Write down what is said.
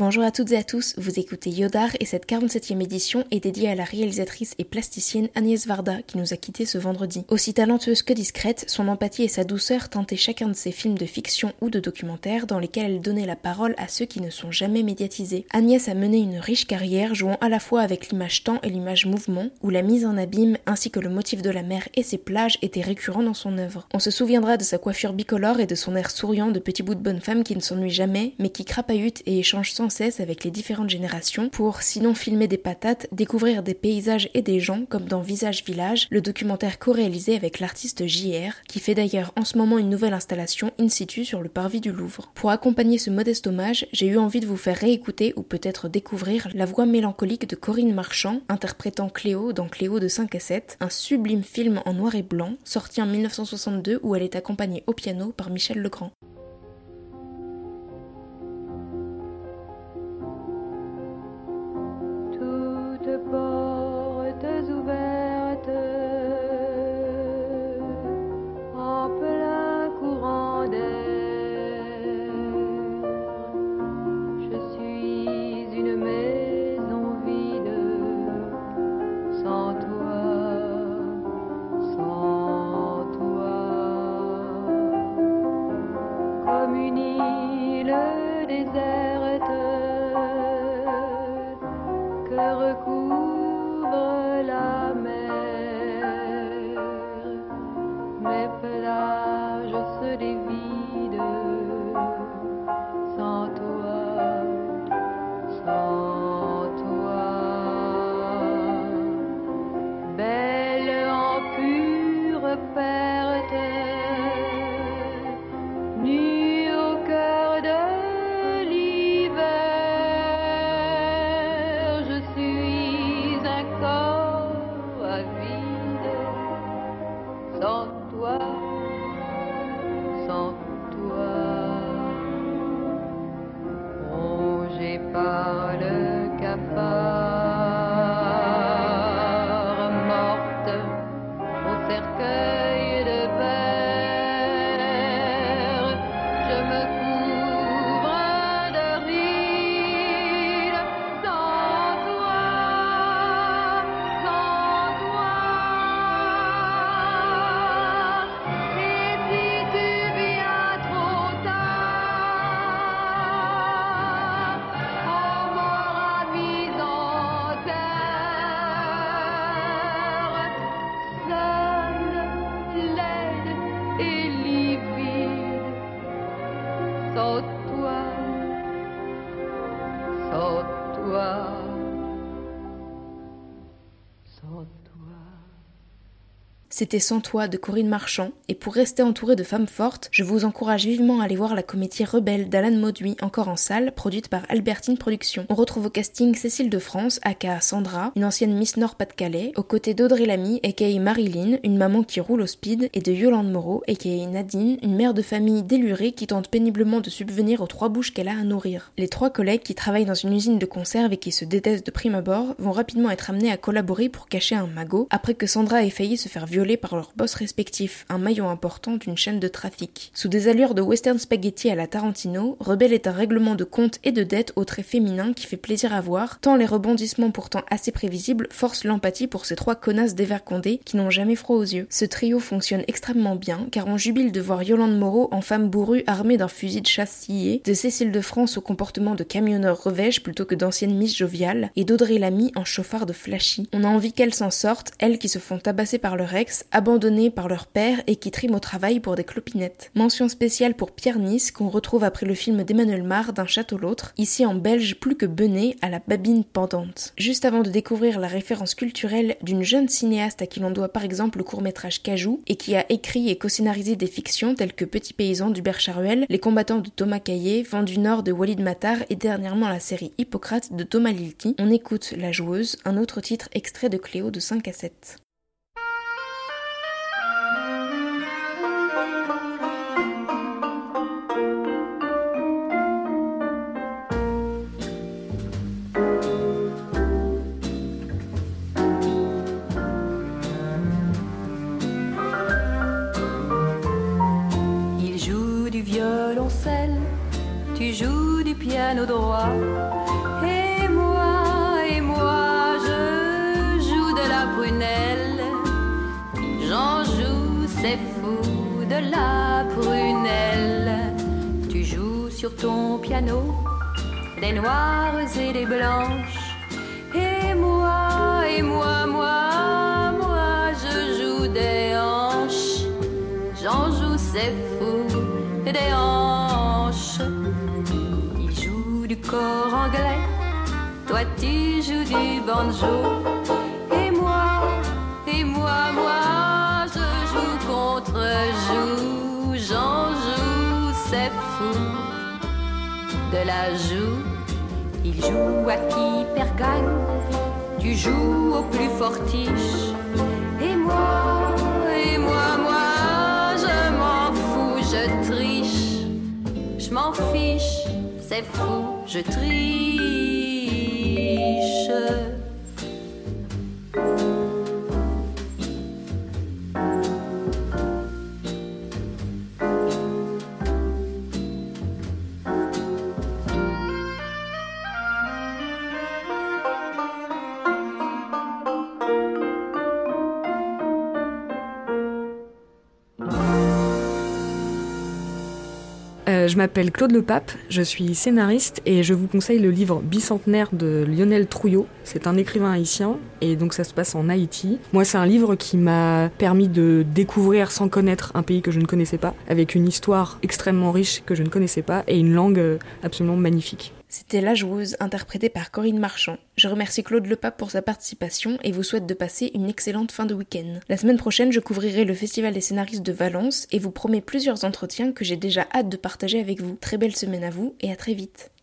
Bonjour à toutes et à tous, vous écoutez Yodar et cette 47e édition est dédiée à la réalisatrice et plasticienne Agnès Varda qui nous a quittés ce vendredi. Aussi talentueuse que discrète, son empathie et sa douceur teintaient chacun de ses films de fiction ou de documentaire dans lesquels elle donnait la parole à ceux qui ne sont jamais médiatisés. Agnès a mené une riche carrière jouant à la fois avec l'image temps et l'image mouvement, où la mise en abîme ainsi que le motif de la mer et ses plages étaient récurrents dans son œuvre. On se souviendra de sa coiffure bicolore et de son air souriant de petit bout de bonne femme qui ne s'ennuie jamais mais qui crapahute et échange sans cesse avec les différentes générations pour, sinon filmer des patates, découvrir des paysages et des gens comme dans Visage Village, le documentaire co-réalisé avec l'artiste JR, qui fait d'ailleurs en ce moment une nouvelle installation in situ sur le parvis du Louvre. Pour accompagner ce modeste hommage, j'ai eu envie de vous faire réécouter ou peut-être découvrir la voix mélancolique de Corinne Marchand, interprétant Cléo dans Cléo de 5 à 7, un sublime film en noir et blanc, sorti en 1962 où elle est accompagnée au piano par Michel Legrand. Portes ouvertes en plein courant d'air. Je suis une maison vide sans toi, comme une île déserte que recouvre la mer. Mes plages se dévident sans toi, belle en pure perte, nue au cœur de l'hiver. Je suis un corps à vide, sans toi, rongé par le cafard, morte au cercueil de verre. Je me couvre de vide, sans toi, Et si tu viens trop tard, en mort avisant terre, seule, laide et livide, sans toi, sans toi. C'était Sans toi de Corinne Marchand, et pour rester entouré de femmes fortes, je vous encourage vivement à aller voir la comédie Rebelle d'Alan Mauduit, encore en salle, produite par Albertine Productions. On retrouve au casting Cécile de France, aka Sandra, une ancienne Miss Nord-Pas-de-Calais, aux côtés d'Audrey Lamy, aka Marilyn, une maman qui roule au speed, et de Yolande Moreau, aka Nadine, une mère de famille délurée qui tente péniblement de subvenir aux 3 bouches qu'elle a à nourrir. Les 3 collègues qui travaillent dans une usine de conserve et qui se détestent de prime abord vont rapidement être amenés à collaborer pour cacher un magot, après que Sandra ait failli se faire violer par leurs boss respectifs, un maillon important d'une chaîne de trafic. Sous des allures de western spaghetti à la Tarantino, Rebelle est un règlement de comptes et de dettes au trait féminin qui fait plaisir à voir, tant les rebondissements pourtant assez prévisibles forcent l'empathie pour ces 3 connasses dévergondées qui n'ont jamais froid aux yeux. Ce trio fonctionne extrêmement bien, car on jubile de voir Yolande Moreau en femme bourrue armée d'un fusil de chasse scié, de Cécile de France au comportement de camionneur revêche plutôt que d'ancienne Miss joviale, et d'Audrey Lamy en chauffard de flashy. On a envie qu'elles s'en sortent, elles qui se font tabasser par leur ex, abandonnées par leur père et qui triment au travail pour des clopinettes. Mention spéciale pour Pierre Nice, qu'on retrouve après le film d'Emmanuel Mar D'un château l'autre, ici en belge plus que bené à la babine pendante. Juste avant de découvrir la référence culturelle d'une jeune cinéaste à qui l'on doit par exemple le court-métrage Cajou et qui a écrit et co-scénarisé des fictions telles que Petit paysan d'Hubert Charuel, Les combattants de Thomas Caillet, Vent du Nord de Walid Matar et dernièrement la série Hippocrate de Thomas Lilti, on écoute La joueuse, un autre titre extrait de Cléo de 5 à 7. Tu joues du piano droit, la prunelle. Tu joues sur ton piano des noires et des blanches. Et moi, je joue des hanches. J'en joue, c'est fou, des hanches. Il joue du cor anglais, toi tu joues du banjo. Et moi, je joue contre joue. J'en joue, c'est fou, de la joue. Il joue à qui perd gagne, tu joues au plus fortiche. Et moi, je m'en fous, je triche. Je m'en fiche, c'est fou, je triche. Je m'appelle Claude Lepape, je suis scénariste et je vous conseille le livre Bicentenaire de Lionel Trouillot. C'est un écrivain haïtien et donc ça se passe en Haïti. Moi, c'est un livre qui m'a permis de découvrir sans connaître un pays que je ne connaissais pas, avec une histoire extrêmement riche que je ne connaissais pas et une langue absolument magnifique. C'était La Joueuse, interprétée par Corinne Marchand. Je remercie Claude Lepape pour sa participation et vous souhaite de passer une excellente fin de week-end. La semaine prochaine, je couvrirai le Festival des scénaristes de Valence et vous promets plusieurs entretiens que j'ai déjà hâte de partager avec vous. Très belle semaine à vous et à très vite.